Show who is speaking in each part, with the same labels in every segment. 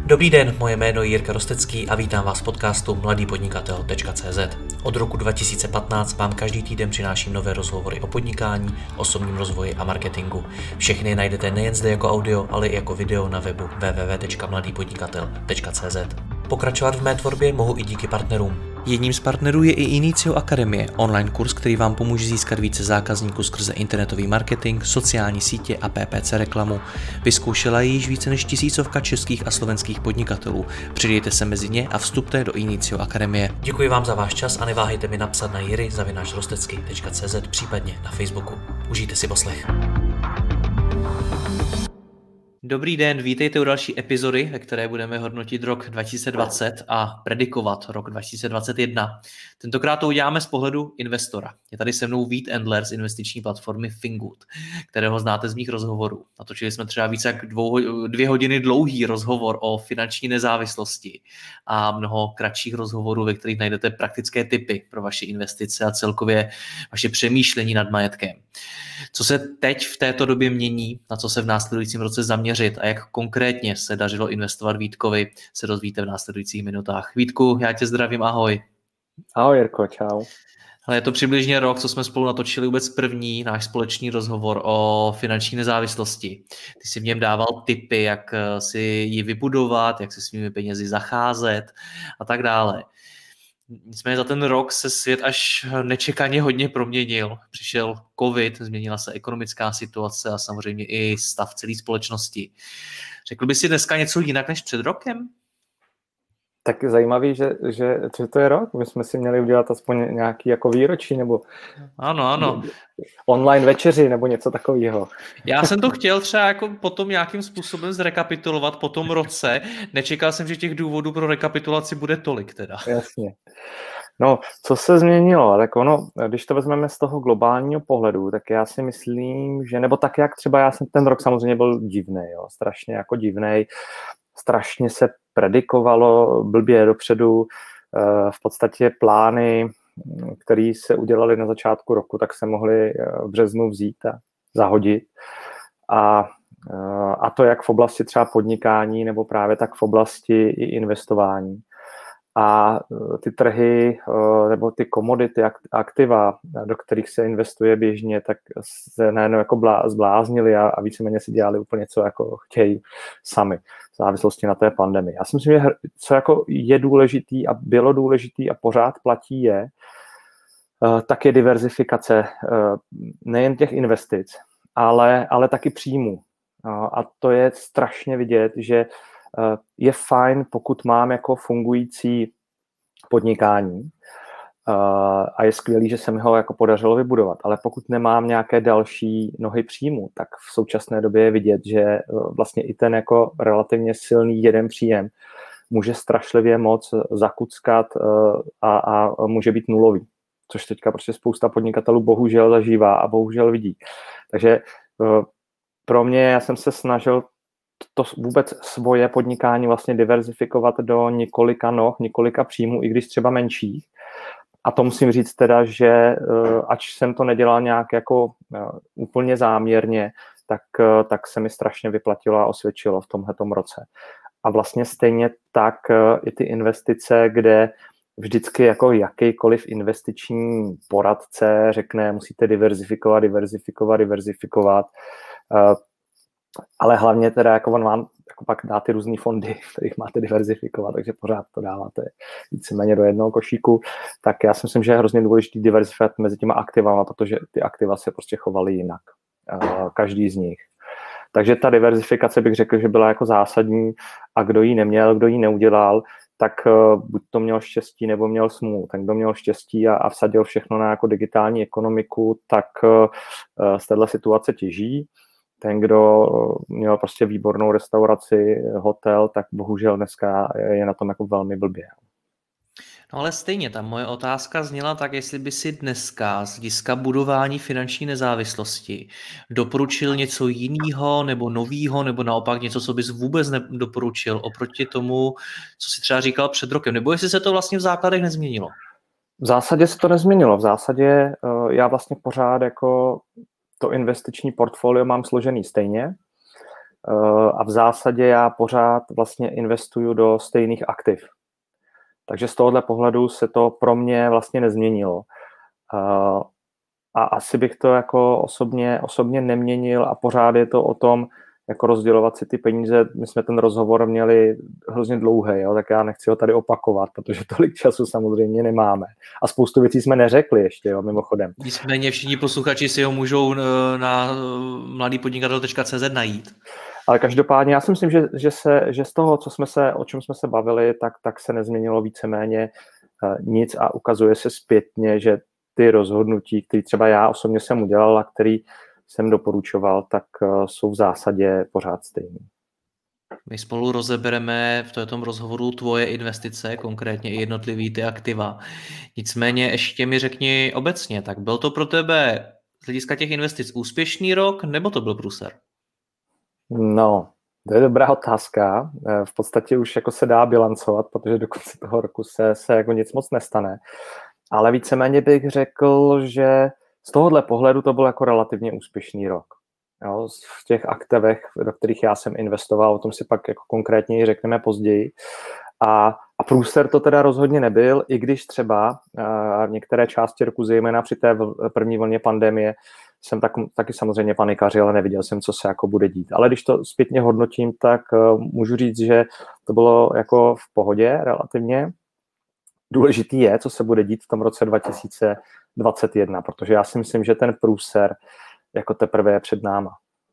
Speaker 1: Dobrý den, moje jméno je Jirka Rostecký a vítám vás v podcastu mladýpodnikatel.cz. Od roku 2015 vám každý týden přináším nové rozhovory o podnikání, osobním rozvoji a marketingu. Všechny najdete nejen zde jako audio, ale i jako video na webu www.mladýpodnikatel.cz. Pokračovat v mé tvorbě mohu i díky partnerům. Jedním z partnerů je i Inicio Akademie, online kurz, který vám pomůže získat více zákazníků skrze internetový marketing, sociální sítě a PPC reklamu. Vyzkoušela ji již více než 1000 českých a slovenských podnikatelů. Přidejte se mezi ně a vstupte do Inicio Akademie. Děkuji vám za váš čas a neváhejte mi napsat na jiry@rostecky.cz, případně na Facebooku. Užijte si poslech. Dobrý den, vítejte u další epizody, ve které budeme hodnotit rok 2020 a predikovat rok 2021. Tentokrát to uděláme z pohledu investora. Je tady se mnou Vít Endler z investiční platformy Fingood, kterého znáte z mých rozhovorů. Natočili jsme třeba více jak 2 hodiny dlouhý rozhovor o finanční nezávislosti a mnoho kratších rozhovorů, ve kterých najdete praktické tipy pro vaše investice a celkově vaše přemýšlení nad majetkem. Co se teď v této době mění, na co se v následujícím roce zaměřit a jak konkrétně se dařilo investovat Vítkovi, se dozvíte v následujících minutách. Vítku, já tě zdravím, ahoj.
Speaker 2: Ahoj Jirko, čau.
Speaker 1: Ale je to přibližně rok, co jsme spolu natočili vůbec první náš společný rozhovor o finanční nezávislosti. Ty jsi v něm dával tipy, jak si ji vybudovat, jak se svými penězi zacházet a tak dále. Nicméně za ten rok se svět až nečekaně hodně proměnil. Přišel covid, změnila se ekonomická situace a samozřejmě i stav celé společnosti. Řekl bys si dneska něco jinak než před rokem?
Speaker 2: Tak zajímavý, že to je rok. My jsme si měli udělat aspoň nějaký jako výročí nebo
Speaker 1: ano.
Speaker 2: Online večeři nebo něco takového.
Speaker 1: Já jsem to chtěl třeba jako potom nějakým způsobem zrekapitulovat po tom roce. Nečekal jsem, že těch důvodů pro rekapitulaci bude tolik teda.
Speaker 2: Jasně. No, co se změnilo? Tak ono, když to vezmeme z toho globálního pohledu, tak já si myslím, že, nebo tak jak třeba já jsem ten rok samozřejmě byl divnej, jo, strašně jako divnej, strašně se predikovalo blbě dopředu, v podstatě plány, které se udělaly na začátku roku, tak se mohly v březnu vzít a zahodit. A to jak v oblasti třeba podnikání, nebo právě tak v oblasti i investování. A ty trhy nebo ty komodity, aktiva, do kterých se investuje běžně, tak se najednou jako zbláznili a víceméně si dělali úplně co jako chtějí sami v závislosti na té pandemii. Já si myslím, že co jako je důležitý a bylo důležitý a pořád platí tak je diverzifikace nejen těch investic, ale taky příjmů. A to je strašně vidět, že je fajn, pokud mám jako fungující podnikání a je skvělý, že se mi ho jako podařilo vybudovat, ale pokud nemám nějaké další nohy příjmu, tak v současné době je vidět, že vlastně i ten jako relativně silný jeden příjem může strašlivě moc zakuckat a může být nulový, což teďka prostě spousta podnikatelů bohužel zažívá a bohužel vidí. Takže pro mě, já jsem se snažil to vůbec svoje podnikání vlastně diverzifikovat do několika příjmů, i když třeba menších. A to musím říct teda, že ač jsem to nedělal nějak jako úplně záměrně, tak se mi strašně vyplatilo a osvědčilo v tomhletom roce. A vlastně stejně tak i ty investice, kde vždycky jako jakýkoliv investiční poradce řekne, musíte diverzifikovat. Ale hlavně teda, jako on vám jako pak dá ty různý fondy, kterých máte diverzifikovat, takže pořád to dáváte víceméně do jednoho košíku. Tak já si myslím, že je hrozně důležitý diverzifikovat mezi těma aktivama, protože ty aktiva se prostě chovaly jinak. Každý z nich. Takže ta diverzifikace bych řekl, že byla jako zásadní a kdo ji neměl, kdo ji neudělal, tak buď to měl štěstí, nebo měl smůlu. Ten, kdo měl štěstí a vsadil všechno na jako digitální ekonomiku, tak z téhle situace těží. Ten, kdo měl prostě výbornou restauraci, hotel, tak bohužel dneska je na tom jako velmi blbě.
Speaker 1: No ale stejně, ta moje otázka zněla tak, jestli by si dneska z hlediska budování finanční nezávislosti doporučil něco jiného nebo novýho, nebo naopak něco, co bys vůbec nedoporučil oproti tomu, co si třeba říkal před rokem, nebo jestli se to vlastně v základech nezměnilo?
Speaker 2: V zásadě se to nezměnilo. V zásadě já vlastně pořád jako to investiční portfolio mám složený stejně. a v zásadě já pořád vlastně investuju do stejných aktiv. Takže z tohohle pohledu se to pro mě vlastně nezměnilo. A asi bych to jako osobně neměnil a pořád je to o tom, jako rozdělovat si ty peníze. My jsme ten rozhovor měli hrozně dlouhý, jo, tak já nechci ho tady opakovat, protože tolik času samozřejmě nemáme. A spoustu věcí jsme neřekli ještě, jo, mimochodem.
Speaker 1: Nicméně všichni posluchači si ho můžou na mladýpodnikatel.cz najít.
Speaker 2: Ale každopádně já si myslím, že z toho, o čem jsme se bavili, tak se nezměnilo víceméně nic a ukazuje se zpětně, že ty rozhodnutí, které třeba já osobně jsem udělal a který jsem doporučoval, tak jsou v zásadě pořád stejný.
Speaker 1: My spolu rozebereme v tom rozhovoru tvoje investice, konkrétně i jednotlivý ty aktiva. Nicméně ještě mi řekni obecně, tak byl to pro tebe z hlediska těch investic úspěšný rok, nebo to byl průser?
Speaker 2: No, to je dobrá otázka. V podstatě už jako se dá bilancovat, protože do konce toho roku se jako nic moc nestane. Ale víceméně bych řekl, že z tohohle pohledu to byl jako relativně úspěšný rok. Jo, v těch aktivech, do kterých já jsem investoval, o tom si pak jako konkrétně řekneme později. A průser to teda rozhodně nebyl, i když třeba některé části roku, zejména při té první vlně pandemie, jsem taky samozřejmě panikařil, ale neviděl jsem, co se jako bude dít. Ale když to zpětně hodnotím, tak můžu říct, že to bylo jako v pohodě relativně. Důležitý je, co se bude dít v tom roce 2021, protože já si myslím, že ten průser jako teprve je před náma.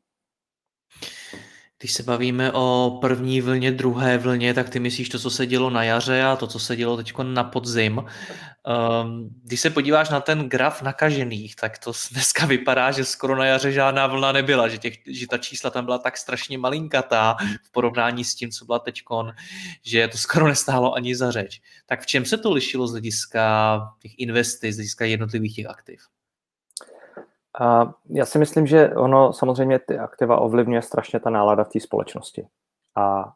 Speaker 1: Když se bavíme o první vlně, druhé vlně, tak ty myslíš to, co se dělo na jaře a to, co se dělo teď na podzim. Když se podíváš na ten graf nakažených, tak to dneska vypadá, že skoro na jaře žádná vlna nebyla, že ta čísla tam byla tak strašně malinkatá v porovnání s tím, co byla teďkon, že to skoro nestálo ani za řeč. Tak v čem se to lišilo z hlediska těch investic, z hlediska jednotlivých těch aktiv?
Speaker 2: Já si myslím, že ono samozřejmě ty aktiva ovlivňuje strašně ta nálada v té společnosti. A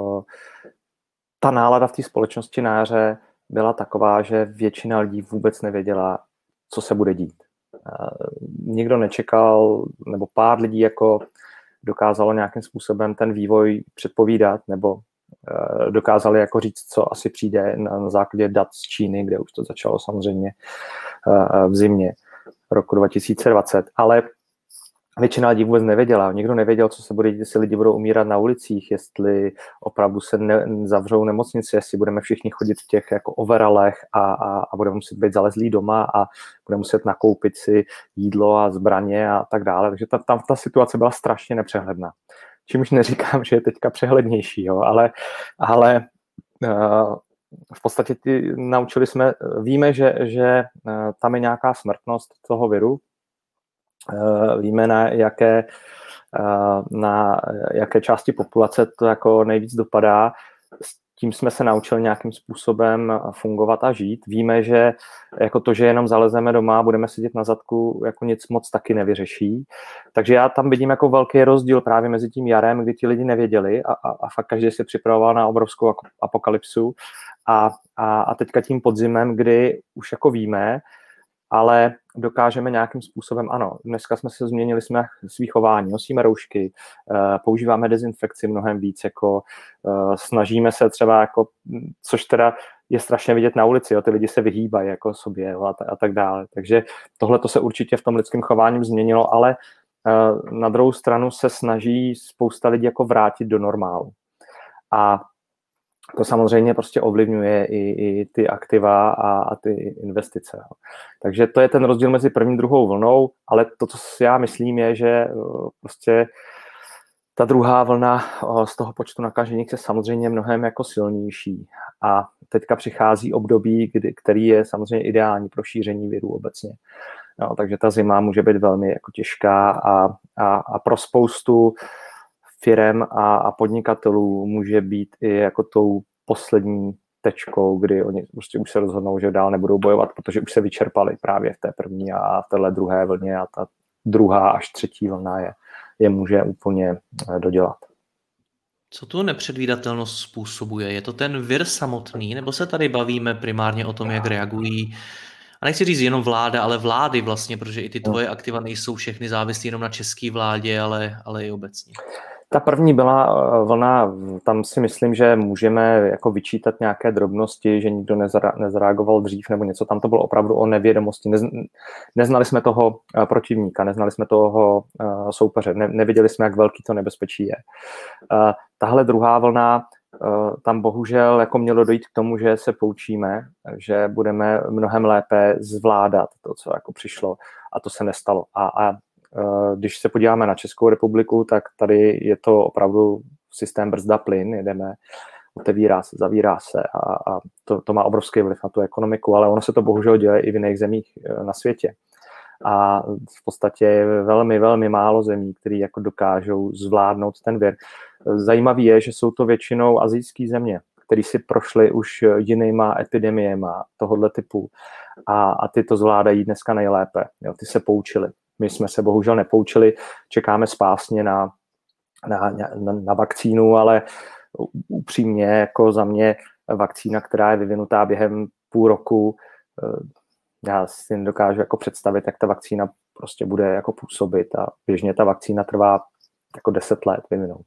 Speaker 2: ta nálada v té společnosti na jaře byla taková, že většina lidí vůbec nevěděla, co se bude dít. Nikdo nečekal, nebo pár lidí jako dokázalo nějakým způsobem ten vývoj předpovídat, nebo dokázali jako říct, co asi přijde na základě dat z Číny, kde už to začalo samozřejmě v zimě roku 2020, ale většina lidí vůbec nevěděla. Nikdo nevěděl, co se bude dít, jestli lidi budou umírat na ulicích, jestli opravdu se zavřou nemocnice, jestli budeme všichni chodit v těch jako overalech a budeme muset být zalezlí doma a budeme muset nakoupit si jídlo a zbraně a tak dále. Takže tam ta situace byla strašně nepřehledná. Čímž neříkám, že je teďka přehlednější, jo, ale v podstatě víme, že tam je nějaká smrtnost toho viru, víme, na jaké části populace to jako nejvíc dopadá. S tím jsme se naučili nějakým způsobem fungovat a žít. Víme, že jako to, že jenom zalezeme doma a budeme sedět na zadku, jako nic moc taky nevyřeší. Takže já tam vidím jako velký rozdíl právě mezi tím jarem, kdy ti lidi nevěděli a fakt každý se připravoval na obrovskou apokalypsu a teďka tím podzimem, kdy už jako víme, ale dokážeme nějakým způsobem, ano, dneska změnili jsme svý chování, nosíme roušky, používáme dezinfekci mnohem víc, jako snažíme se třeba, jako, což teda je strašně vidět na ulici, jo, ty lidi se vyhýbají jako sobě, jo, a tak dále. Takže tohle to se určitě v tom lidském chování změnilo, ale na druhou stranu se snaží spousta lidí jako vrátit do normálu. A to samozřejmě prostě ovlivňuje i ty aktiva a ty investice. Takže to je ten rozdíl mezi první a druhou vlnou, ale to, co já myslím, je, že prostě ta druhá vlna z toho počtu nakažených je samozřejmě mnohem jako silnější. A teďka přichází období, který je samozřejmě ideální pro šíření viru obecně. No, takže ta zima může být velmi jako těžká a pro spoustu firem a podnikatelů může být i jako tou poslední tečkou, kdy oni prostě už se rozhodnou, že dál nebudou bojovat, protože už se vyčerpali právě v té první a v téhle druhé vlně a ta druhá až třetí vlna je může úplně dodělat.
Speaker 1: Co tu nepředvídatelnost způsobuje? Je to ten vir samotný, nebo se tady bavíme primárně o tom, jak reagují, a nechci říct jenom vláda, ale vlády vlastně, protože i ty tvoje aktiva nejsou všechny závislí jenom na české vládě, ale i obecně.
Speaker 2: Ta první byla vlna, tam si myslím, že můžeme jako vyčítat nějaké drobnosti, že nikdo nezareagoval dřív nebo něco. Tam to bylo opravdu o nevědomosti. Neznali jsme toho protivníka, neznali jsme toho soupeře, neviděli jsme, jak velký to nebezpečí je. Tahle druhá vlna, tam bohužel jako mělo dojít k tomu, že se poučíme, že budeme mnohem lépe zvládat to, co jako přišlo, a to se nestalo. A když se podíváme na Českou republiku, tak tady je to opravdu systém brzda plyn, jedeme, otevírá se, zavírá se a to má obrovský vliv na tu ekonomiku, ale ono se to bohužel děje i v jiných zemích na světě. A v podstatě je velmi, velmi málo zemí, které jako dokážou zvládnout ten vir. Zajímavé je, že jsou to většinou asijské země, které si prošly už jinýma epidemiema tohohle typu a ty to zvládají dneska nejlépe. Jo, ty se poučili. My jsme se bohužel nepoučili, čekáme spásně na vakcínu, ale upřímně jako za mě vakcína, která je vyvinutá během půl roku, já si nedokážu jako představit, jak ta vakcína prostě bude jako působit a běžně ta vakcína trvá jako 10 let vyvinout.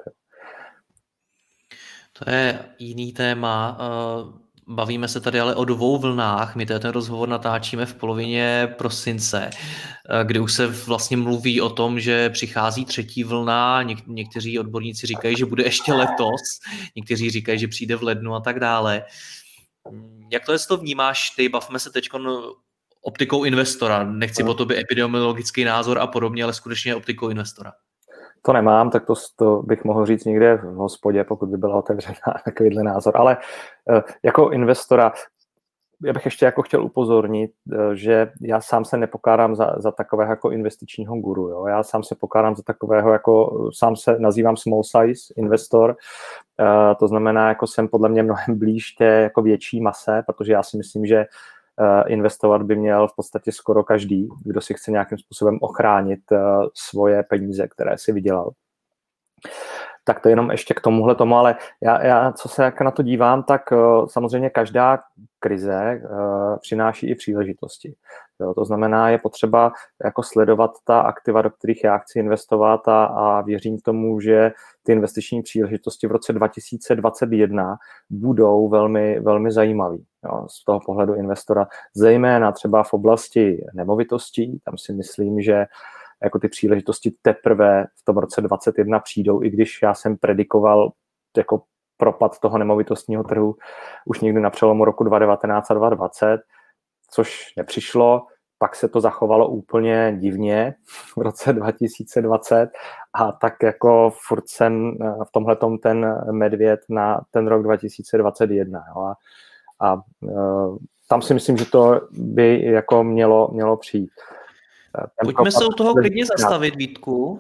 Speaker 1: To je jiný téma. Bavíme se tady ale o 2 vlnách. My ten rozhovor natáčíme v polovině prosince, kdy už se vlastně mluví o tom, že přichází 3. vlna. Někteří odborníci říkají, že bude ještě letos. Někteří říkají, že přijde v lednu a tak dále. Jak to vnímáš ty? Bavme se teď optikou investora. Nechci po tobě epidemiologický názor a podobně, ale skutečně optikou investora.
Speaker 2: To nemám, tak to bych mohl říct někde v hospodě, pokud by byla otevřená takovýhle názor. Ale jako investora, já bych ještě jako chtěl upozornit, že já sám se nepokládám za takového jako investičního guru. Jo? Já sám se pokládám za takového, jako sám se nazývám small size investor, to znamená, jako jsem podle mě mnohem blíž té jako větší mase, protože já si myslím, že investovat by měl v podstatě skoro každý, kdo si chce nějakým způsobem ochránit svoje peníze, které si vydělal. Tak to jenom ještě k tomuhle tomu, ale já co se jak na to dívám, tak samozřejmě každá krize přináší i příležitosti. Jo, to znamená, je potřeba jako sledovat ta aktiva, do kterých já chci investovat a věřím tomu, že ty investiční příležitosti v roce 2021 budou velmi, velmi zajímavý, jo, z toho pohledu investora, zejména třeba v oblasti nemovitostí. Tam si myslím, že jako ty příležitosti teprve v tom roce 2021 přijdou, i když já jsem predikoval jako propad toho nemovitostního trhu už někdy na přelomu roku 2019 a 2020, což nepřišlo, pak se to zachovalo úplně divně v roce 2020 a tak jako furt jsem v tomhletom ten medvěd na ten rok 2021. Jo. A tam si myslím, že to by jako mělo přijít.
Speaker 1: Pojďme se u toho klidně zastavit, Vítku.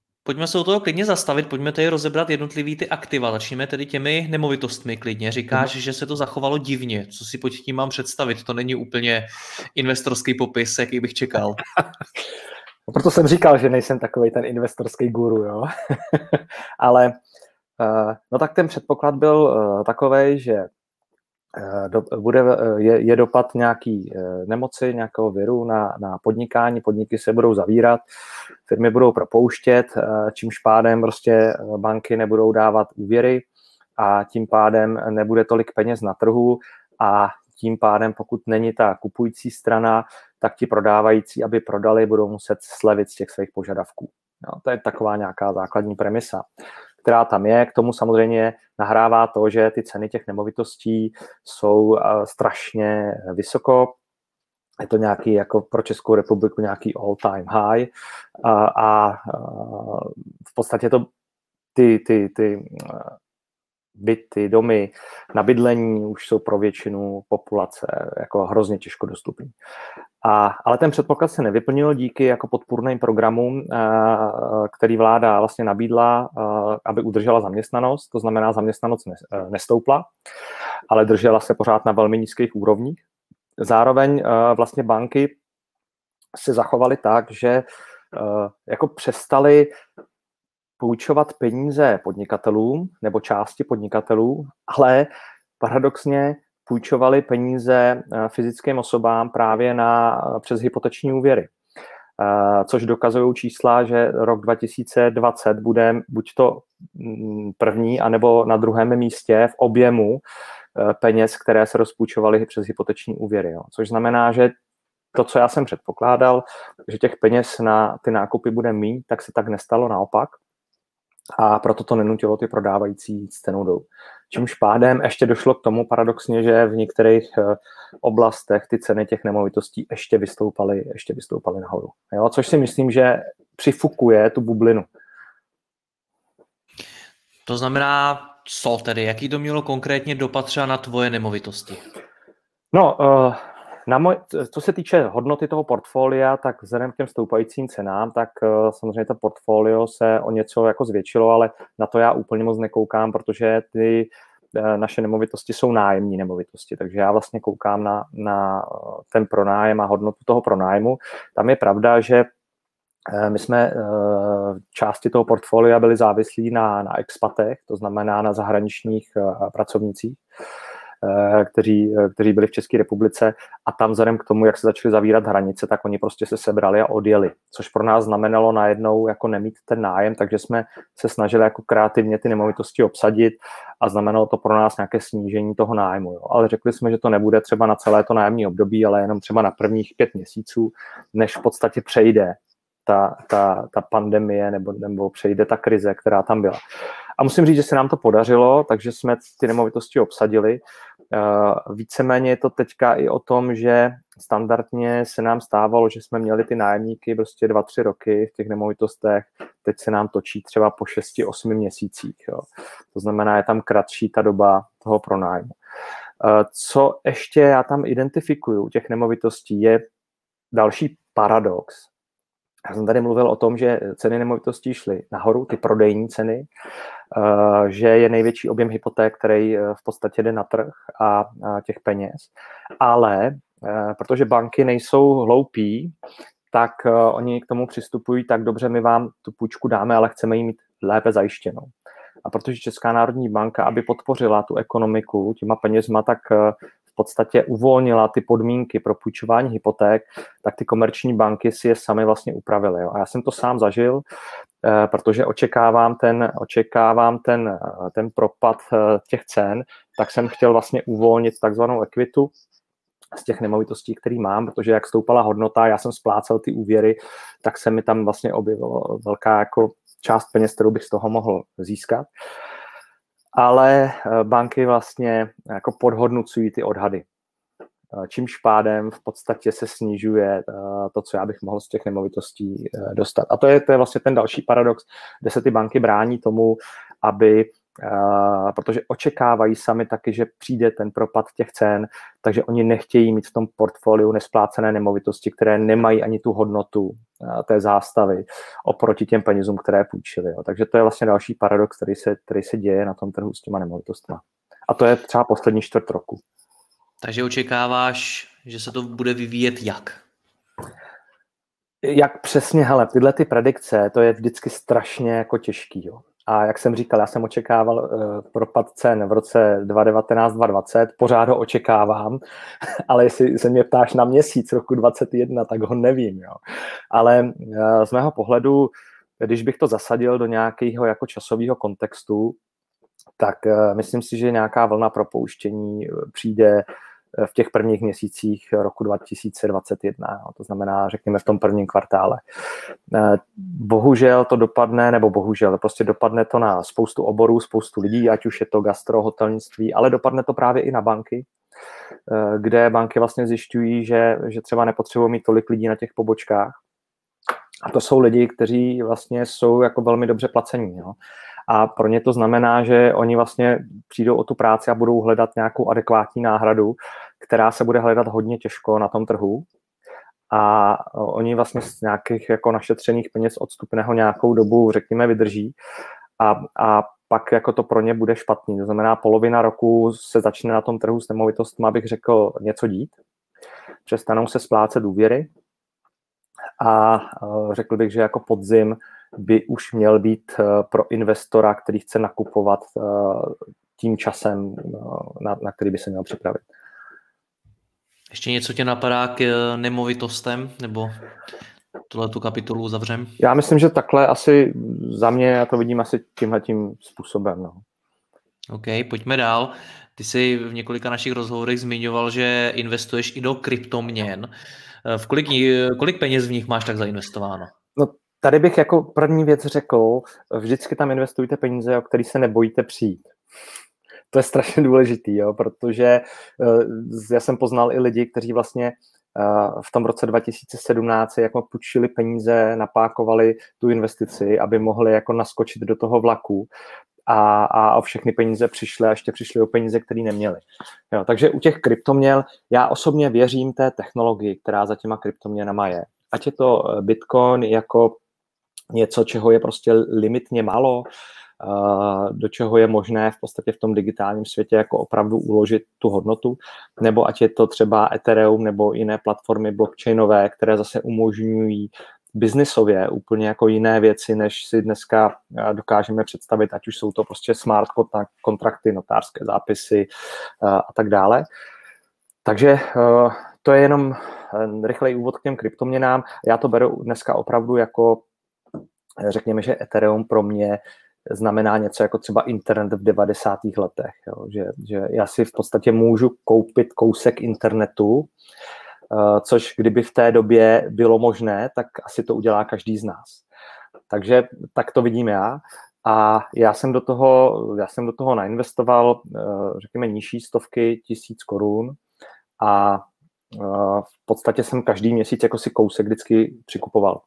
Speaker 1: Pojďme tady rozebrat jednotlivý ty aktiva. Začneme tedy těmi nemovitostmi klidně. Říkáš, že se to zachovalo divně. Co si pod tím mám představit? To není úplně investorský popis, jaký bych čekal.
Speaker 2: Proto jsem říkal, že nejsem takovej ten investorský guru, jo. Ale no tak ten předpoklad byl takovej, že je dopad nějaký nemoci, nějakého viru na podnikání, podniky se budou zavírat, firmy budou propouštět, čímž pádem prostě banky nebudou dávat úvěry a tím pádem nebude tolik peněz na trhu a tím pádem, pokud není ta kupující strana, tak ti prodávající, aby prodali, budou muset slevit z těch svých požadavků. No, to je taková nějaká základní premisa, která tam je. K tomu samozřejmě nahrává to, že ty ceny těch nemovitostí jsou strašně vysoko. Je to nějaký, jako pro Českou republiku, nějaký all-time high. A v podstatě to ty byty, domy na bydlení už jsou pro většinu populace jako hrozně těžko dostupný. Ale ten předpoklad se nevyplnil díky jako podpůrným programům, který vláda vlastně nabídla, aby udržela zaměstnanost. To znamená, zaměstnanost nestoupla, ale držela se pořád na velmi nízkých úrovních. Zároveň vlastně banky se zachovaly tak, že jako přestali půjčovat peníze podnikatelům nebo části podnikatelů, ale paradoxně půjčovali peníze fyzickým osobám právě přes hypoteční úvěry. což dokazují čísla, že rok 2020 bude buď to první, anebo na druhém místě v objemu peněz, které se rozpůjčovaly přes hypoteční úvěry. Jo. Což znamená, že to, co já jsem předpokládal, že těch peněz na ty nákupy bude míň, tak se tak nestalo, naopak. A proto to nenutilo ty prodávající s cenou dolů. Čímž pádem ještě došlo k tomu paradoxně, že v některých oblastech ty ceny těch nemovitostí ještě vystoupaly nahoru. Jo? Což si myslím, že přifukuje tu bublinu.
Speaker 1: To znamená, co tedy? Jaký to mělo konkrétně dopad třeba na tvoje nemovitosti?
Speaker 2: No, co se týče hodnoty toho portfolia, tak vzhledem k těm stoupajícím cenám, tak samozřejmě to portfolio se o něco jako zvětšilo, ale na to já úplně moc nekoukám, protože ty naše nemovitosti jsou nájemní nemovitosti, takže já vlastně koukám na ten pronájem a hodnotu toho pronájmu. Tam je pravda, že my jsme části toho portfolia byli závislí na expatech, to znamená na zahraničních pracovnících, kteří byli v České republice, a tam vzhledem k tomu, jak se začaly zavírat hranice, tak oni prostě se sebrali a odjeli, což pro nás znamenalo najednou jako nemít ten nájem, takže jsme se snažili jako kreativně ty nemovitosti obsadit a znamenalo to pro nás nějaké snížení toho nájmu. Jo. Ale řekli jsme, že to nebude třeba na celé to nájemní období, ale jenom třeba na prvních 5 měsíců, než v podstatě přejde ta pandemie nebo přejde ta krize, která tam byla. A musím říct, že se nám to podařilo, takže jsme ty nemovitosti obsadili. Víceméně je to teďka i o tom, že standardně se nám stávalo, že jsme měli ty nájemníky prostě 2-3 roky v těch nemovitostech, teď se nám točí třeba po 6-8 měsících. Jo. To znamená, je tam kratší ta doba toho pronájmu. Co ještě já tam identifikuju u těch nemovitostí, je další paradox. Já jsem tady mluvil o tom, že ceny nemovitostí šly nahoru, ty prodejní ceny, že je největší objem hypoték, který v podstatě jde na trh a těch peněz. Ale protože banky nejsou hloupí, tak oni k tomu přistupují tak dobře, my vám tu půjčku dáme, ale chceme ji mít lépe zajištěnou. A protože Česká národní banka, aby podpořila tu ekonomiku těma penězma, tak v podstatě uvolnila ty podmínky pro půjčování hypoték, tak ty komerční banky si je sami vlastně upravily. Jo. A já jsem to sám zažil, protože očekávám ten propad těch cen, tak jsem chtěl vlastně uvolnit takzvanou ekvitu z těch nemovitostí, který mám, protože jak stoupala hodnota, já jsem splácel ty úvěry, tak se mi tam vlastně objevila velká jako část peněz, kterou bych z toho mohl získat. Ale banky vlastně jako podhodnocují ty odhady. Čímž pádem v podstatě se snižuje to, co já bych mohl z těch nemovitostí dostat. A to je vlastně ten další paradox, kde se ty banky brání tomu, protože očekávají sami taky, že přijde ten propad těch cen, takže oni nechtějí mít v tom portfoliu nesplácené nemovitosti, které nemají ani tu hodnotu té zástavy oproti těm penězům, které půjčili. Jo. Takže to je vlastně další paradox, který se děje na tom trhu s těma nemovitostmi. A to je třeba poslední čtvrt roku.
Speaker 1: Takže očekáváš, že se to bude vyvíjet jak?
Speaker 2: Jak přesně, hele, tyhle ty predikce, to je vždycky strašně jako těžký. Jo. A jak jsem říkal, já jsem očekával propad cen v roce 2019-2020, pořád ho očekávám, ale jestli se mě ptáš na měsíc roku 2021, tak ho nevím. Jo. Ale z mého pohledu, když bych to zasadil do nějakého jako časového kontextu, tak myslím si, že nějaká vlna propouštění přijde v těch prvních měsících roku 2021, to znamená, řekněme, v tom prvním kvartále. Bohužel to dopadne, prostě dopadne to na spoustu oborů, spoustu lidí, ať už je to gastro, hotelnictví, ale dopadne to právě i na banky, kde banky vlastně zjišťují, že třeba nepotřebují mít tolik lidí na těch pobočkách. A to jsou lidi, kteří vlastně jsou jako velmi dobře placení. Jo. A pro ně to znamená, že oni vlastně přijdou o tu práci a budou hledat nějakou adekvátní náhradu, která se bude hledat hodně těžko na tom trhu. A oni vlastně z nějakých jako našetřených peněz odstupného nějakou dobu, řekněme, vydrží. A pak jako to pro ně bude špatný. To znamená, polovina roku se začne na tom trhu s nemovitostmi, abych řekl, něco dít. Přestanou se splácet úvěry. A řekl bych, že jako podzim by už měl být pro investora, který chce nakupovat tím časem, na který by se měl připravit.
Speaker 1: Ještě něco tě napadá k nemovitostem? Nebo tuhletu kapitolu uzavřem?
Speaker 2: Já myslím, že takhle asi za mě, já to vidím asi tímhletím způsobem. No.
Speaker 1: OK, pojďme dál. Ty jsi v několika našich rozhovorech zmiňoval, že investuješ i do kryptoměn. Kolik peněz v nich máš tak zainvestováno?
Speaker 2: No, tady bych jako první věc řekl, vždycky tam investujte peníze, o který se nebojíte přijít. To je strašně důležitý, jo, protože já jsem poznal i lidi, kteří vlastně v tom roce 2017 jako půjčili peníze, napákovali tu investici, aby mohli jako naskočit do toho vlaku a o všechny peníze přišli a ještě přišli o peníze, které neměli. Jo, takže u těch kryptoměn já osobně věřím té technologii, která za těma kryptoměnama je. Ať je to Bitcoin jako něco, čeho je prostě limitně málo, do čeho je možné v podstatě v tom digitálním světě jako opravdu uložit tu hodnotu, nebo ať je to třeba Ethereum nebo jiné platformy blockchainové, které zase umožňují biznisově úplně jako jiné věci, než si dneska dokážeme představit, ať už jsou to prostě smart kontrakty, notářské zápisy a tak dále. Takže to je jenom rychlej úvod k těm kryptoměnám. Já to beru dneska opravdu jako, řekněme, že Ethereum pro mě znamená něco jako třeba internet v 90. letech. Jo? Že já si v podstatě můžu koupit kousek internetu, což kdyby v té době bylo možné, tak asi to udělá každý z nás. Takže tak to vidím já. A já jsem do toho nainvestoval, řekněme, nižší stovky tisíc korun a v podstatě jsem každý měsíc jako si kousek vždycky přikupoval.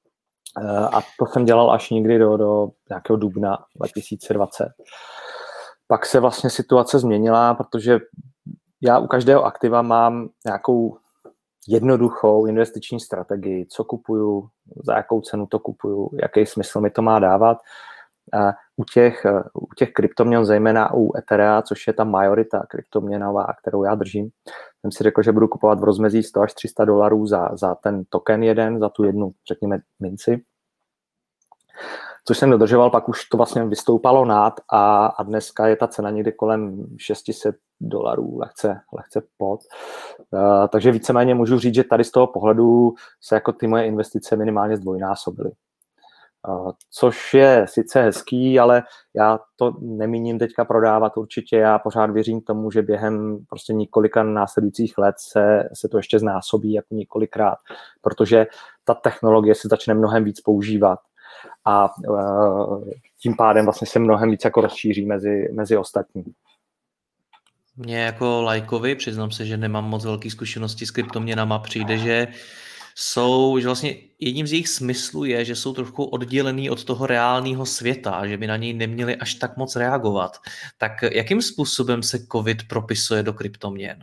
Speaker 2: A to jsem dělal až někdy do nějakého dubna 2020. Pak se vlastně situace změnila, protože já u každého aktiva mám nějakou jednoduchou investiční strategii, co kupuju, za jakou cenu to kupuju, jaký smysl mi to má dávat. A u těch kryptoměn, zejména u Etherea, což je ta majorita kryptoměnová, kterou já držím, jsem si řekl, že budu kupovat v rozmezí $100 až $300 za ten token jeden, za tu jednu, řekněme, minci. Což jsem dodržoval, pak už to vlastně vystoupalo nad a dneska je ta cena někde kolem $600, lehce pod. Takže víceméně můžu říct, že tady z toho pohledu se jako ty moje investice minimálně zdvojnásobily. Což je sice hezký, ale já to nemíním teďka prodávat určitě. Já pořád věřím tomu, že během prostě několika následujících let se to ještě znásobí jako několikrát, protože ta technologie se začne mnohem víc používat a tím pádem vlastně se mnohem víc jako rozšíří mezi ostatní.
Speaker 1: Mně jako laikovi, přiznám se, že nemám moc velké zkušenosti s kryptoměnama, přijde, že vlastně jedním z jejich smyslů je, že jsou trošku oddělený od toho reálného světa a že by na něj neměli až tak moc reagovat. Tak jakým způsobem se COVID propisuje do kryptoměn?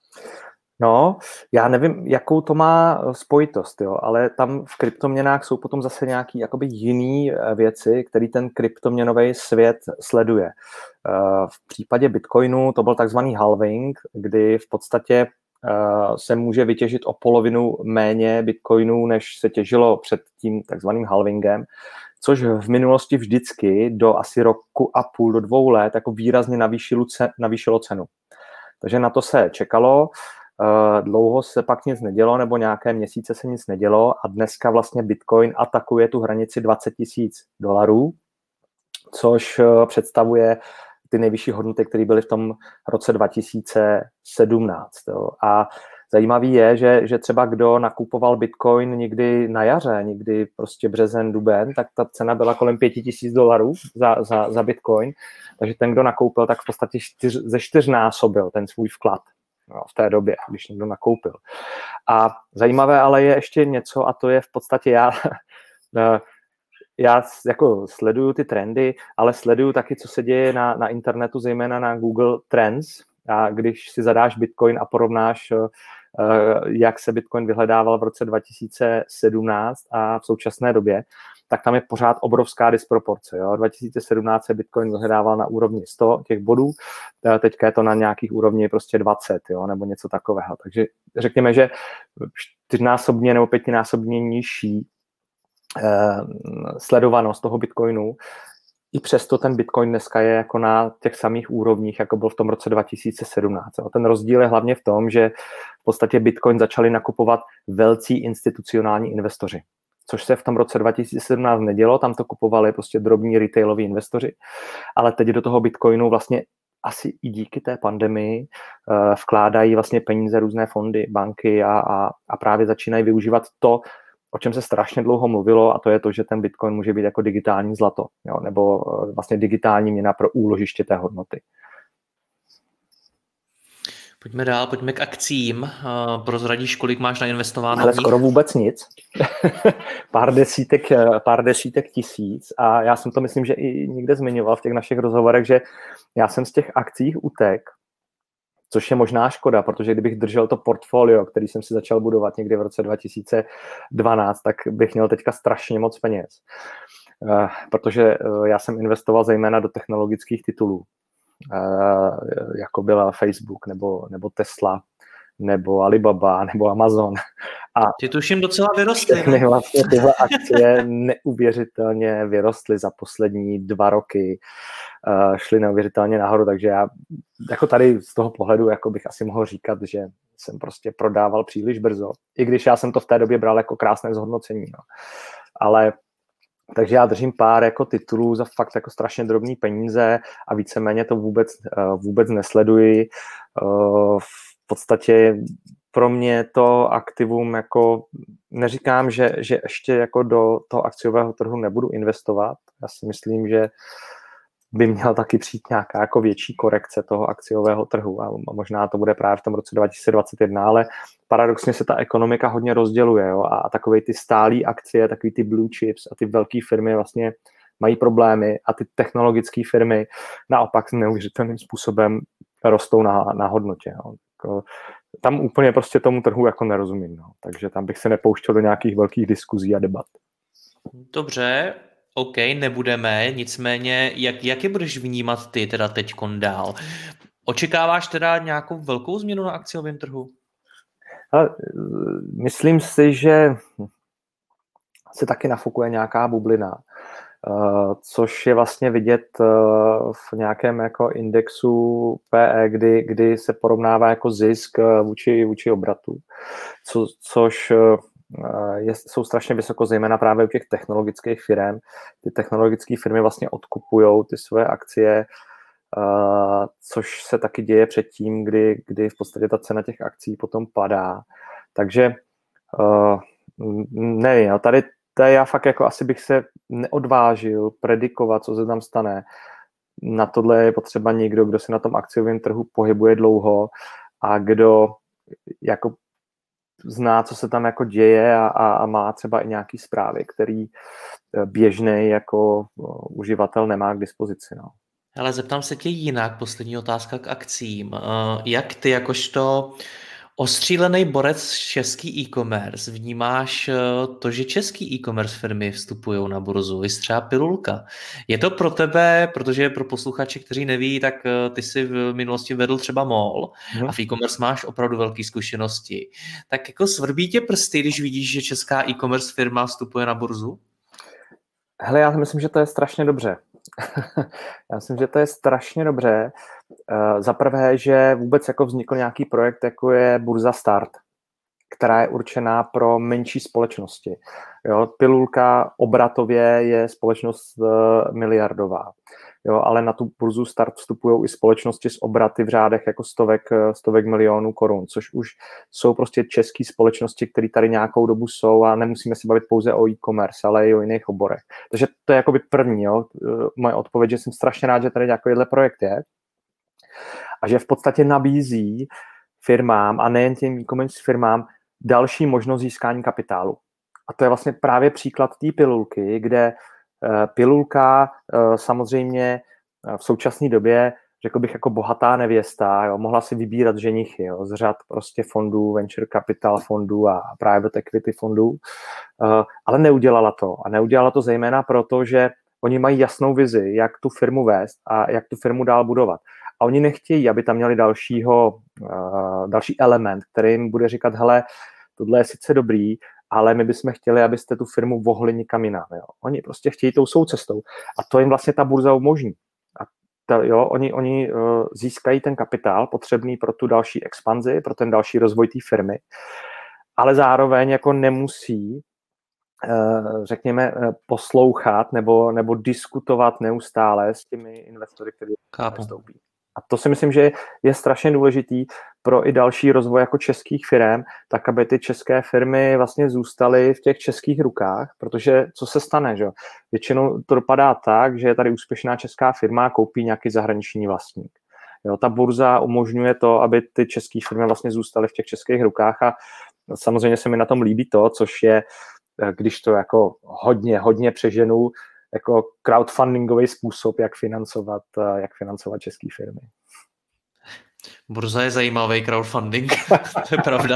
Speaker 2: No, já nevím, jakou to má spojitost, jo, ale tam v kryptoměnách jsou potom zase nějaký jakoby jiný věci, který ten kryptoměnový svět sleduje. V případě Bitcoinu to byl takzvaný halving, kdy v podstatě se může vytěžit o polovinu méně bitcoinů, než se těžilo před tím takzvaným halvingem, což v minulosti vždycky do asi roku a půl do 2 let jako výrazně navýšilo cenu. Takže na to se čekalo, dlouho se pak nic nedělo, nebo nějaké měsíce se nic nedělo a dneska vlastně Bitcoin atakuje tu hranici $20,000, což představuje ty nejvyšší hodnoty, které byly v tom roce 2017. Jo. A zajímavý je, že třeba kdo nakupoval Bitcoin někdy na jaře, někdy prostě březen, duben, tak ta cena byla kolem $5,000 za Bitcoin. Takže ten, kdo nakoupil, tak v podstatě zečtyřnásobil ten svůj vklad v té době, když někdo nakoupil. A zajímavé ale je ještě něco, a to je v podstatě já jako sleduju ty trendy, ale sleduju taky, co se děje na internetu, zejména na Google Trends. A když si zadáš Bitcoin a porovnáš, jak se Bitcoin vyhledával v roce 2017 a v současné době, tak tam je pořád obrovská disproporce. Jo? 2017 se Bitcoin vyhledával na úrovni 100 těch bodů, teďka je to na nějakých úrovni prostě 20, jo? Nebo něco takového. Takže řekněme, že 4násobně nebo 5násobně nižší sledovanost toho Bitcoinu. I přesto ten Bitcoin dneska je jako na těch samých úrovních, jako byl v tom roce 2017. A ten rozdíl je hlavně v tom, že v podstatě Bitcoin začali nakupovat velcí institucionální investoři. což se v tom roce 2017 nedělo, tam to kupovali prostě drobní retailoví investoři, ale teď do toho Bitcoinu vlastně asi i díky té pandemii vkládají vlastně peníze různé fondy, banky a právě začínají využívat to, o čem se strašně dlouho mluvilo, a to je to, že ten Bitcoin může být jako digitální zlato, jo, nebo vlastně digitální měna pro úložiště té hodnoty.
Speaker 1: Pojďme dál, pojďme k akcím. Prozradíš, kolik máš nainvestováno?
Speaker 2: Ale skoro vůbec nic. pár desítek tisíc. A já jsem to myslím, že i někde zmiňoval v těch našich rozhovorech, že já jsem z těch akcí utek, což je možná škoda, protože kdybych držel to portfolio, který jsem si začal budovat někdy v roce 2012, tak bych měl teďka strašně moc peněz. Protože já jsem investoval zejména do technologických titulů, jako byla Facebook nebo Tesla, nebo Alibaba, nebo Amazon. A
Speaker 1: ty tuším docela vyrostly.
Speaker 2: Vlastně tyhle akcie neuvěřitelně vyrostly za poslední 2 roky. Šly neuvěřitelně nahoru, takže já jako tady z toho pohledu jako bych asi mohl říkat, že jsem prostě prodával příliš brzo, i když já jsem to v té době bral jako krásné zhodnocení. No. Ale takže já držím pár jako titulů za fakt jako strašně drobný peníze a víceméně to vůbec nesleduji. V podstatě pro mě to aktivum jako neříkám, že ještě jako do toho akciového trhu nebudu investovat. Já si myslím, že by měla taky přijít nějaká jako větší korekce toho akciového trhu a možná to bude právě v tom roce 2021, ale paradoxně se ta ekonomika hodně rozděluje, jo? A takové ty stálé akcie, takový ty blue chips a ty velké firmy vlastně mají problémy a ty technologické firmy naopak neuvěřitelným způsobem rostou na hodnotě. Jo? Tam úplně prostě tomu trhu jako nerozumím, no. Takže tam bych se nepouštěl do nějakých velkých diskuzí a debat.
Speaker 1: Dobře, OK, nebudeme, nicméně, jak je budeš vnímat ty teda teďkon dál? Očekáváš teda nějakou velkou změnu na akciovém trhu?
Speaker 2: Ale myslím si, že se taky nafukuje nějaká bublina, což je vlastně vidět v nějakém jako indexu PE, kdy se porovnává jako zisk vůči obratu, což jsou strašně vysoko, zejména právě u těch technologických firm. Ty technologické firmy vlastně odkupují ty svoje akcie, což se taky děje předtím, kdy v podstatě ta cena těch akcí potom padá. Takže nevím, tady já fakt jako asi bych se neodvážil predikovat, co se tam stane. Na tohle je potřeba někdo, kdo se na tom akciovém trhu pohybuje dlouho a kdo jako zná, co se tam jako děje a má třeba i nějaký zprávy, který běžný jako uživatel nemá k dispozici. No.
Speaker 1: Ale zeptám se tě jinak, poslední otázka k akcím. Jak ty jakožto ostřílený borec český e-commerce vnímáš to, že český e-commerce firmy vstupují na burzu, vys třeba Pilulka? Je to pro tebe, protože pro posluchače, kteří neví, tak ty jsi v minulosti vedl třeba MOL a v e-commerce máš opravdu velké zkušenosti. Tak jako svrbí tě prsty, když vidíš, že česká e-commerce firma vstupuje na burzu?
Speaker 2: Hele, já myslím, že to je strašně dobře. Já myslím, že to je strašně dobře. Za prvé, že vůbec jako vznikl nějaký projekt, jako je Burza Start, která je určená pro menší společnosti. Jo, Pilulka obratově je společnost miliardová, jo, ale na tu burzu Start vstupují i společnosti s obraty v řádech jako stovek milionů korun, což už jsou prostě české společnosti, které tady nějakou dobu jsou a nemusíme se bavit pouze o e-commerce, ale i o jiných oborech. Takže to je jakoby první, jo, moje odpověď, že jsem strašně rád, že tady takovýhle projekt je a že v podstatě nabízí firmám a nejen těm e-commerce firmám další možnost získání kapitálu. A to je vlastně právě příklad té Pilulky, kde Pilulka samozřejmě v současné době, řekl bych, jako bohatá nevěsta, jo, mohla si vybírat ženichy, jo, z řad prostě fondů, venture capital fondů a private equity fondů, ale neudělala to. A neudělala to zejména proto, že oni mají jasnou vizi, jak tu firmu vést a jak tu firmu dál budovat. A oni nechtějí, aby tam měli další element, který jim bude říkat, hele, tohle je sice dobrý, ale my bychom chtěli, abyste tu firmu vohli nikam jinam. Jo. Oni prostě chtějí tou svou cestou. A to jim vlastně ta burza umožní. Oni získají ten kapitál potřebný pro tu další expanzi, pro ten další rozvoj té firmy, ale zároveň jako nemusí řekněme, poslouchat nebo diskutovat neustále s těmi investory, kteří nastoupí. A to si myslím, že je strašně důležitý pro i další rozvoj jako českých firm, tak aby ty české firmy vlastně zůstaly v těch českých rukách, protože co se stane, že? Většinou to dopadá tak, že je tady úspěšná česká firma, koupí nějaký zahraniční vlastník. Jo, ta burza umožňuje to, aby ty české firmy vlastně zůstaly v těch českých rukách a samozřejmě se mi na tom líbí to, což je, když to jako hodně přeženu, jako crowdfundingový způsob, jak financovat české firmy.
Speaker 1: Burza je zajímavý crowdfunding, to je pravda.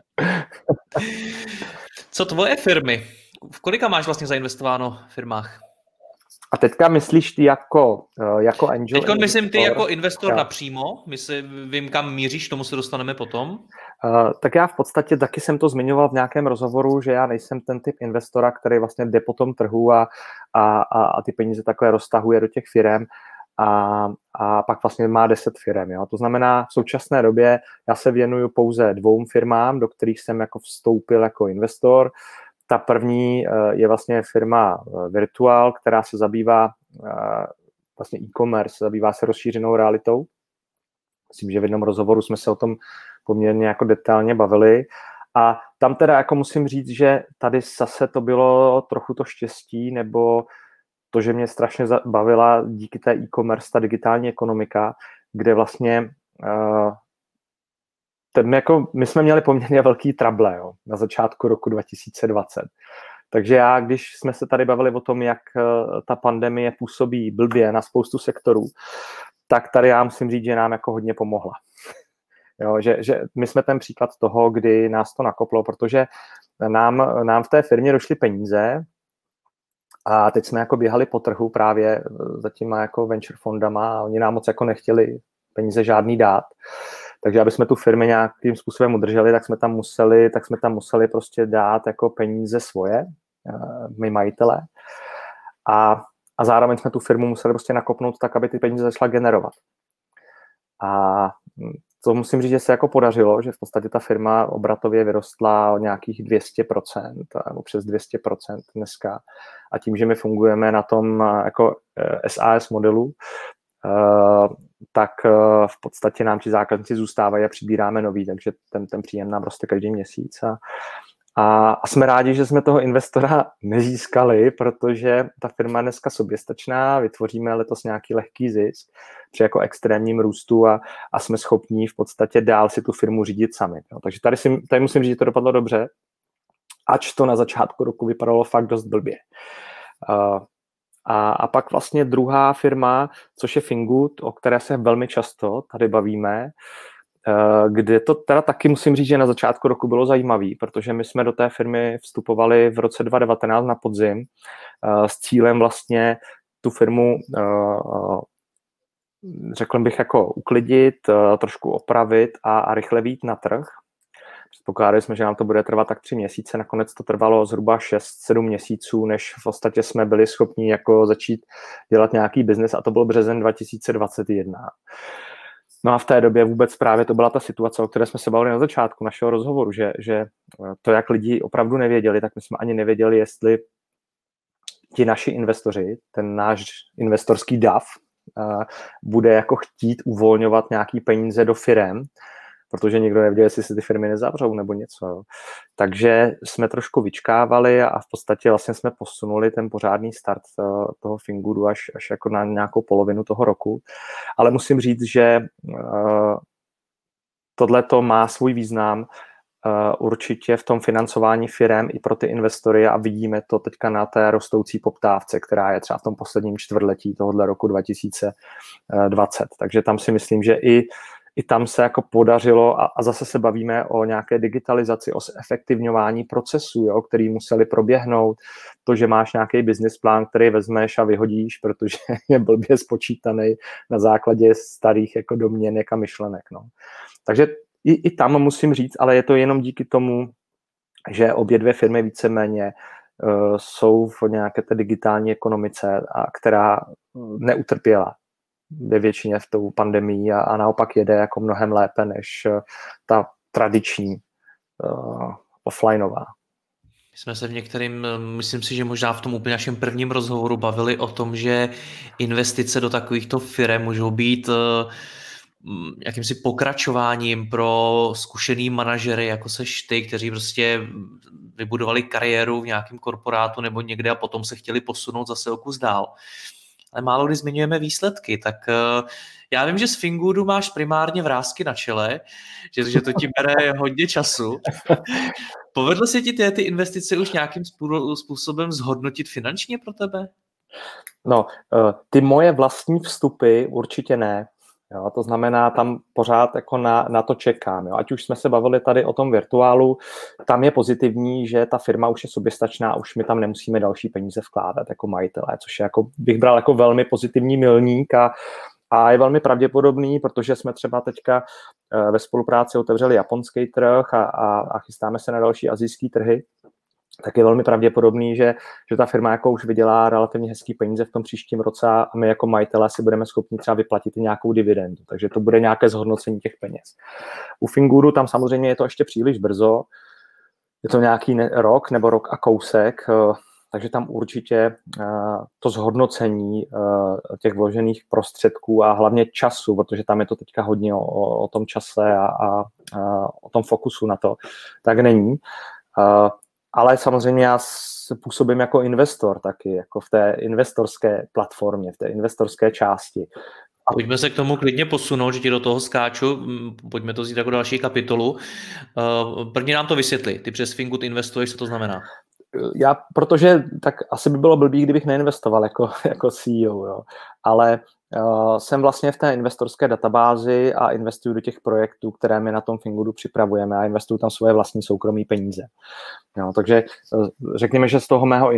Speaker 1: Co tvoje firmy? V kolika máš vlastně zainvestováno v firmách?
Speaker 2: A teďka myslíš ty jako angel?
Speaker 1: Teď myslím ty jako investor napřímo, vím, kam míříš, tomu se dostaneme potom.
Speaker 2: Tak já v podstatě taky jsem to zmiňoval v nějakém rozhovoru, že já nejsem ten typ investora, který vlastně jde po tom trhu a ty peníze takhle roztahuje do těch firem a pak vlastně má 10 firem. Jo? To znamená, v současné době já se věnuju pouze 2 firmám, do kterých jsem jako vstoupil jako investor. Ta první je vlastně firma Virtual, která se zabývá vlastně e-commerce, zabývá se rozšířenou realitou. Myslím, že v jednom rozhovoru jsme se o tom poměrně jako detailně bavili. A tam teda jako musím říct, že tady zase to bylo trochu to štěstí, nebo to, že mě strašně bavila díky té e-commerce, ta digitální ekonomika, kde vlastně my jsme měli poměrně velký trable, jo, na začátku roku 2020. Takže já, když jsme se tady bavili o tom, jak ta pandemie působí blbě na spoustu sektorů, tak tady já musím říct, že nám jako hodně pomohla. Jo, že my jsme ten příklad toho, kdy nás to nakoplo, protože nám v té firmě došly peníze a teď jsme jako běhali po trhu právě za těma jako venture fondama a oni nám moc jako nechtěli peníze žádný dát. Takže aby jsme tu firmy nějakým způsobem udrželi, tak jsme tam museli prostě dát jako peníze svoje, my majitelé. A zároveň jsme tu firmu museli prostě nakopnout tak, aby ty peníze začala generovat. A to musím říct, že se jako podařilo, že v podstatě ta firma obratově vyrostla o nějakých 200%, nebo přes 200% dneska. A tím, že my fungujeme na tom jako SAS modelu, tak v podstatě nám ti zákazníci zůstávají a přibíráme nový, takže ten příjem nám roste každý měsíc. A jsme rádi, že jsme toho investora nezískali, protože ta firma je dneska soběstačná, vytvoříme letos nějaký lehký zisk při jako extrémním růstu a jsme schopní v podstatě dál si tu firmu řídit sami. No, takže tady musím říct, že to dopadlo dobře, ač to na začátku roku vypadalo fakt dost blbě. A pak vlastně druhá firma, což je Fingood, o které se velmi často tady bavíme, kde to teda taky musím říct, že na začátku roku bylo zajímavý, protože my jsme do té firmy vstupovali v roce 2019 na podzim s cílem vlastně tu firmu, řekl bych, jako uklidit, trošku opravit a rychle vyjít na trh. Předpokládali jsme, že nám to bude trvat tak 3 měsíce, nakonec to trvalo zhruba 6-7 měsíců, než v podstatě jsme byli schopni jako začít dělat nějaký biznes a to byl březen 2021. No a v té době vůbec právě to byla ta situace, o které jsme se bavili na začátku našeho rozhovoru, že to, jak lidi opravdu nevěděli, tak my jsme ani nevěděli, jestli ti naši investoři, ten náš investorský DAF, bude jako chtít uvolňovat nějaký peníze do firem, protože nikdo nevěděl, jestli se ty firmy nezavřou nebo něco. Jo. Takže jsme trošku vyčkávali a v podstatě vlastně jsme posunuli ten pořádný start toho Fingoodu až jako na nějakou polovinu toho roku. Ale musím říct, že tohleto má svůj význam určitě v tom financování firem i pro ty investory a vidíme to teďka na té rostoucí poptávce, která je třeba v tom posledním čtvrtletí tohohle roku 2020. Takže tam si myslím, že i tam se jako podařilo a zase se bavíme o nějaké digitalizaci, o zefektivňování procesů, jo, který museli proběhnout. To, že máš nějaký business plán, který vezmeš a vyhodíš, protože je blbě spočítaný na základě starých jako domněnek a myšlenek. No. Takže i tam musím říct, ale je to jenom díky tomu, že obě dvě firmy víceméně jsou v nějaké té digitální ekonomice, která neutrpěla ve většině v tou pandemii a naopak jede jako mnohem lépe než ta tradiční offlineová.
Speaker 1: Jsme se v některým, myslím si, že možná v tom úplně našem prvním rozhovoru bavili o tom, že investice do takovýchto firem můžou být jakýmsi pokračováním pro zkušený manažery, jako seš ty, kteří prostě vybudovali kariéru v nějakém korporátu nebo někde a potom se chtěli posunout zase o kus dál. Ale málo kdy zmiňujeme výsledky, tak já vím, že z Fingudu máš primárně vrásky na čele, že to ti bere hodně času. Povedlo se ti ty investice už nějakým způsobem zhodnotit finančně pro tebe?
Speaker 2: No, ty moje vlastní vstupy určitě ne. Jo, to znamená, tam pořád jako na to čekám. Jo. Ať už jsme se bavili tady o tom virtuálu, tam je pozitivní, že ta firma už je soběstačná, už my tam nemusíme další peníze vkládat jako majitelé, což je jako, bych bral jako velmi pozitivní milník a je velmi pravděpodobný, protože jsme třeba teďka ve spolupráci otevřeli japonský trh a chystáme se na další asijský trhy, tak je velmi pravděpodobný, že ta firma jako už vydělá relativně hezký peníze v tom příštím roce a my jako majitelé si budeme schopni třeba vyplatit i nějakou dividendu. Takže to bude nějaké zhodnocení těch peněz. U Fingudu tam samozřejmě je to ještě příliš brzo. Je to nějaký rok nebo rok a kousek, takže tam určitě to zhodnocení těch vložených prostředků a hlavně času, protože tam je to teďka hodně o tom čase a o tom fokusu na to, tak není. Ale samozřejmě já působím jako investor taky, jako v té investorské platformě, v té investorské části.
Speaker 1: Pojďme se k tomu klidně posunout, že ti do toho skáču. Pojďme to vzít jako další kapitolu. Prvně nám to vysvětli. Ty přes Fingood investuješ, co to znamená?
Speaker 2: Protože tak asi by bylo blbý, kdybych neinvestoval jako CEO, jo. Ale jsem vlastně v té investorské databázi a investuju do těch projektů, které my na tom Fingudu připravujeme a investuju tam svoje vlastní soukromé peníze. Jo, takže řekněme, že z toho mého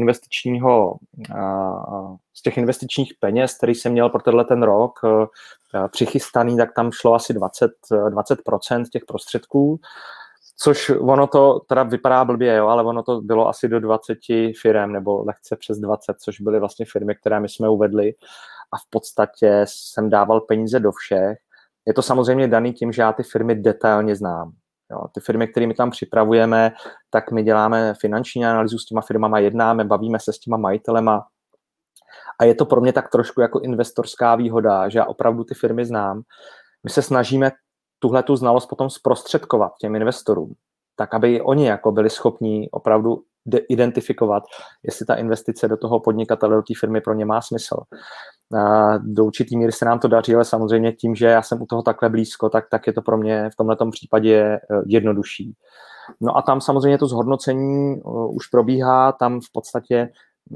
Speaker 2: z těch investičních peněz, který jsem měl pro tenhle rok přichystaný, tak tam šlo asi 20% těch prostředků, což ono to teda vypadá blbě, jo, ale ono to bylo asi do 20 firem nebo lehce přes 20, což byly vlastně firmy, které my jsme uvedli a v podstatě jsem dával peníze do všech. Je to samozřejmě daný tím, že já ty firmy detailně znám. Jo, ty firmy, které my tam připravujeme, tak my děláme finanční analýzu s těma firmama, jednáme, bavíme se s těma majitelema a je to pro mě tak trošku jako investorská výhoda, že já opravdu ty firmy znám. My se snažíme tuhletu znalost potom zprostředkovat těm investorům, tak aby i oni jako byli schopni opravdu identifikovat, jestli ta investice do toho podnikatele, do té firmy pro ně má smysl. Do určitý míry se nám to daří, ale samozřejmě tím, že já jsem u toho takhle blízko, tak je to pro mě v tomhletom případě jednodušší. No a tam samozřejmě to zhodnocení už probíhá, tam v podstatě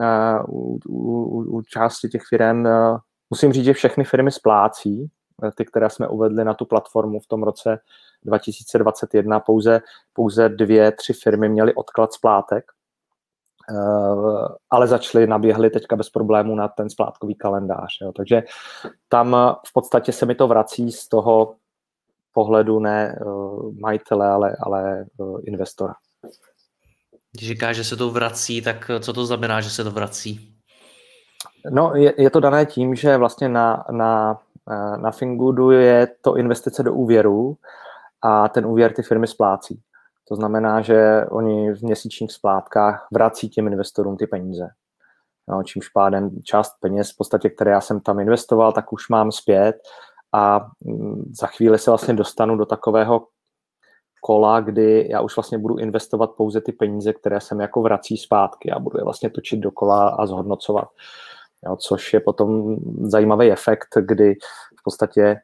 Speaker 2: u části těch firm, musím říct, že všechny firmy splácí, ty, které jsme uvedli na tu platformu v tom roce 2021, pouze 2-3 firmy měly odklad splátek, ale naběhly teďka bez problémů na ten splátkový kalendář. Jo. Takže tam v podstatě se mi to vrací z toho pohledu ne majitele, ale investora.
Speaker 1: Když říkáš, že se to vrací, tak co to znamená, že se to vrací?
Speaker 2: No, je to dané tím, že vlastně na Fingudu je to investice do úvěru a ten úvěr ty firmy splácí. To znamená, že oni v měsíčních splátkách vrací těm investorům ty peníze. No, čímž pádem část peněz, v podstatě, které já jsem tam investoval, tak už mám zpět a za chvíli se vlastně dostanu do takového kola, kdy já už vlastně budu investovat pouze ty peníze, které jsem jako vrací zpátky a budu je vlastně točit dokola a zhodnocovat. Jo, což je potom zajímavý efekt, kdy v podstatě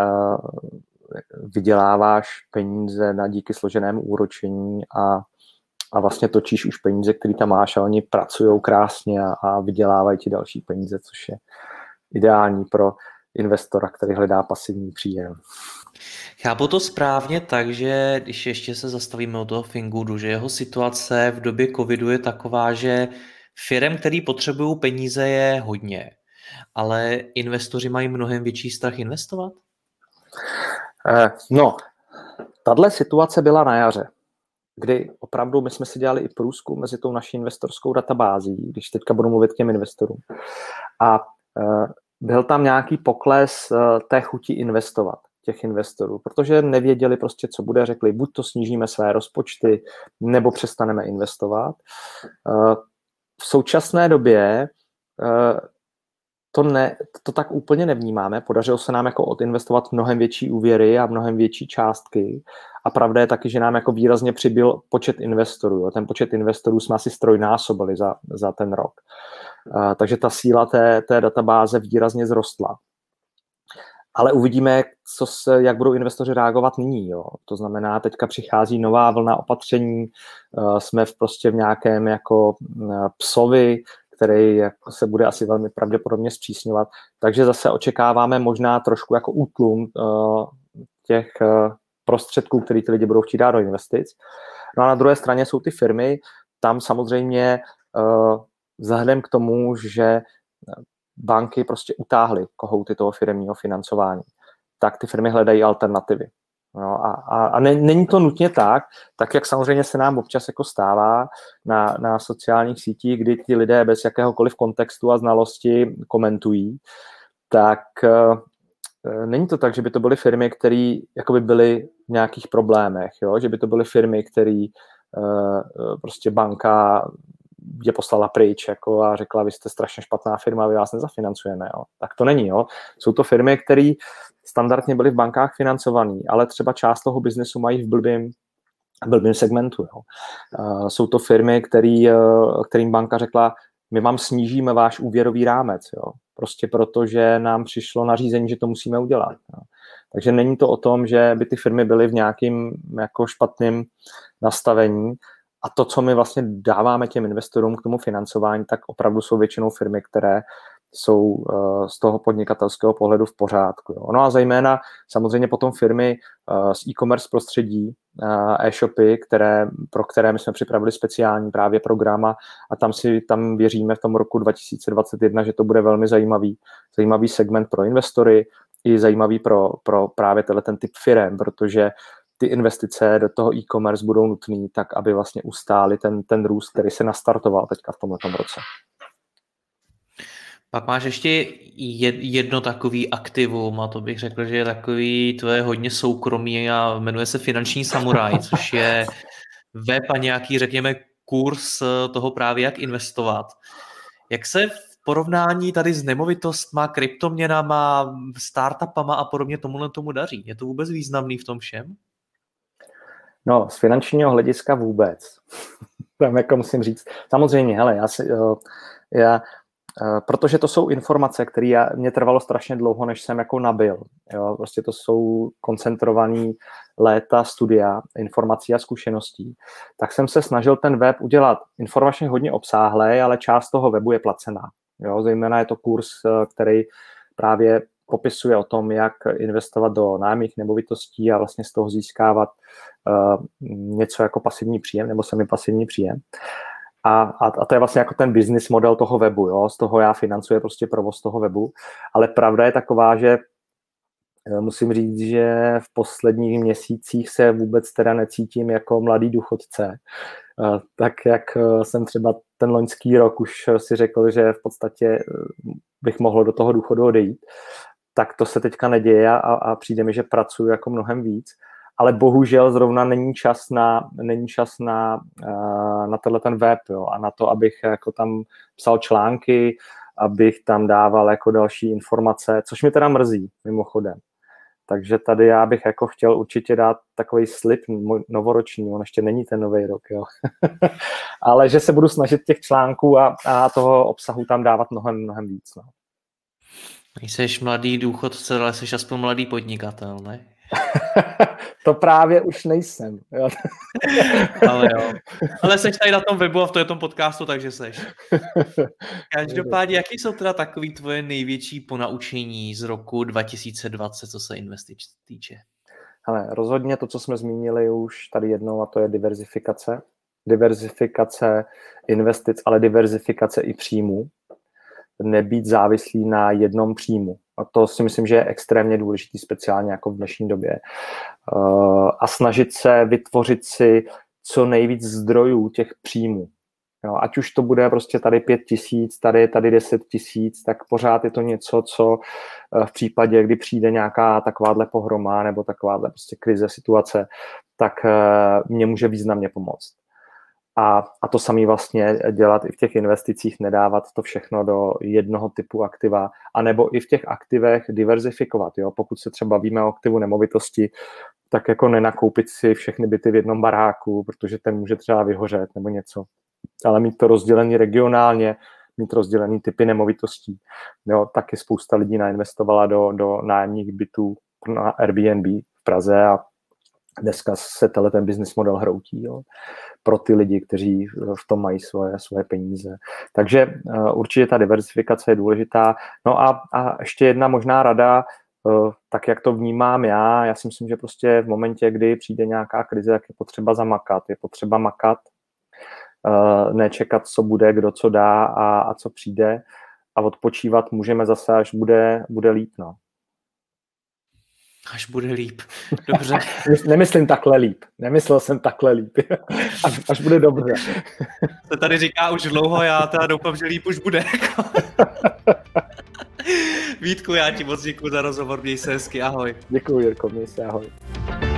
Speaker 2: vyděláváš peníze díky složenému úročení a vlastně točíš už peníze, které tam máš a oni pracují krásně a vydělávají ti další peníze, což je ideální pro investora, který hledá pasivní příjem.
Speaker 1: Chápu to správně tak, že když ještě se zastavíme od toho Fingudu, že jeho situace v době covidu je taková, že firem, který potřebují peníze, je hodně, ale investoři mají mnohem větší strach investovat?
Speaker 2: No, tahle situace byla na jaře, kdy opravdu my jsme si dělali i průzkum mezi tou naší investorskou databází, když teďka budu mluvit k těm investorům. A byl tam nějaký pokles té chuti investovat. těch investorů, protože nevěděli prostě, co bude, řekli, buď to snížíme své rozpočty, nebo přestaneme investovat. V současné době to tak úplně nevnímáme. Podařilo se nám jako odinvestovat mnohem větší úvěry a mnohem větší částky. A pravda je taky, že nám jako výrazně přibyl počet investorů. Jo. Ten počet investorů jsme asi strojnásobili za ten rok. Takže ta síla té databáze výrazně zrostla. Ale uvidíme, jak budou investoři reagovat nyní. Jo. To znamená, teďka přichází nová vlna opatření, jsme v nějakém jako psovi, který jako se bude asi velmi pravděpodobně zpřísňovat. Takže zase očekáváme možná trošku jako útlum těch prostředků, které ty lidi budou chtít dát do investic. No a na druhé straně jsou ty firmy, tam samozřejmě vzhledem k tomu, že banky prostě utáhly kohouty toho firemního financování, tak ty firmy hledají alternativy. No a není to nutně tak jak samozřejmě se nám občas jako stává na sociálních sítích, kdy ti lidé bez jakéhokoliv kontextu a znalosti komentují, tak není to tak, že by to byly firmy, které jakoby byly v nějakých problémech, jo? Že by to byly firmy, které prostě banka je poslala pryč jako a řekla, vy jste strašně špatná firma, vy vás nezafinancujeme. Jo? Tak to není. Jo? Jsou to firmy, které standardně byly v bankách financované, ale třeba část toho biznesu mají v blbým segmentu. Jo? Jsou to firmy, kterým banka řekla, my vám snížíme váš úvěrový rámec. Jo? Prostě proto, že nám přišlo nařízení, že to musíme udělat. Jo? Takže není to o tom, že by ty firmy byly v nějakým jako špatném nastavení. A to, co my vlastně dáváme těm investorům k tomu financování, tak opravdu jsou většinou firmy, které jsou z toho podnikatelského pohledu v pořádku. Jo. No a zejména samozřejmě potom firmy z e-commerce prostředí, e-shopy, pro které my jsme připravili speciální právě program a tam věříme v tom roku 2021, že to bude velmi zajímavý segment pro investory i zajímavý pro právě ten typ firem, protože ty investice do toho e-commerce budou nutné tak, aby vlastně ustály ten růst, který se nastartoval teďka v tomhletom roce.
Speaker 1: Pak máš ještě jedno takový aktivum a to bych řekl, že je takový tvoje hodně soukromý a jmenuje se Finanční samuraj, což je web a nějaký, řekněme, kurz toho právě, jak investovat. Jak se v porovnání tady s nemovitostma, kryptoměnama, startupama a podobně tomu daří? Je to vůbec významný v tom všem?
Speaker 2: No, z finančního hlediska vůbec. Tam jako musím říct. Samozřejmě, hele, protože to jsou informace, které mě trvalo strašně dlouho, než jsem jako nabil. Jo? Prostě to jsou koncentrované léta studia, informací a zkušeností. Tak jsem se snažil ten web udělat informačně hodně obsáhlý, ale část toho webu je placená. Jo? Zejména je to kurz, který právě popisuje o tom, jak investovat do nájemních nemovitostí a vlastně z toho získávat něco jako pasivní příjem nebo semipasivní příjem. A to je vlastně jako ten business model toho webu, jo? Z toho já financuji prostě provoz toho webu, ale pravda je taková, že musím říct, že v posledních měsících se vůbec teda necítím jako mladý důchodce. Tak jak jsem třeba ten loňský rok už si řekl, že v podstatě bych mohl do toho důchodu odejít, tak to se teďka neděje a přijde mi, že pracuji jako mnohem víc. Ale bohužel zrovna není čas na tenhle ten web, jo, a na to, abych jako tam psal články, abych tam dával jako další informace, což mi teda mrzí, mimochodem. Takže tady já bych jako chtěl určitě dát takový slib novoroční, on ještě není ten nový rok, jo. Ale že se budu snažit těch článků a toho obsahu tam dávat mnohem víc. No.
Speaker 1: Nejseš mladý důchodce, ale jsi aspoň mladý podnikatel, ne?
Speaker 2: To právě už nejsem. Jo.
Speaker 1: Ale jo. Ale seš tady na tom webu a v tom podcastu, takže seš. Každopádně, jaký jsou teda takový tvoje největší ponaučení z roku 2020, co se investic týče?
Speaker 2: Ale rozhodně to, co jsme zmínili už tady jednou, a to je diverzifikace. Diverzifikace investic, ale diverzifikace i příjmů. Nebýt závislý na jednom příjmu. A to si myslím, že je extrémně důležitý, speciálně jako v dnešní době. A snažit se vytvořit si co nejvíc zdrojů těch příjmů. Jo, ať už to bude prostě tady 5 000, tady 10 000, tak pořád je to něco, co v případě, kdy přijde nějaká takováhle pohroma nebo takováhle prostě krize, situace, tak mě může významně pomoct. A to samé vlastně dělat i v těch investicích, nedávat to všechno do jednoho typu aktiva, anebo i v těch aktivech diverzifikovat. Jo? Pokud se třeba bavíme o aktivu nemovitosti, tak jako nenakoupit si všechny byty v jednom baráku, protože ten může třeba vyhořet nebo něco. Ale mít to rozdělený regionálně, mít rozdělený typy nemovitostí. Jo? Taky spousta lidí nainvestovala do nájemních bytů na Airbnb v Praze a dneska se ten business model hroutí, jo, pro ty lidi, kteří v tom mají svoje peníze. Takže určitě ta diversifikace je důležitá. No a ještě jedna možná rada, tak jak to vnímám já si myslím, že prostě v momentě, kdy přijde nějaká krize, tak je potřeba zamakat. Je potřeba makat, nečekat, co bude, kdo co dá a co přijde. A odpočívat můžeme zase, až bude líp, no.
Speaker 1: Až bude líp. Dobře.
Speaker 2: Nemyslím takhle líp. Nemyslel jsem takhle líp. Až bude dobře.
Speaker 1: To tady říká už dlouho, já teda doufám, že líp už bude. Vítku, já ti moc děkuji za rozhovor, měj se hezky, ahoj.
Speaker 2: Děkuji, Jirko, měj se, ahoj.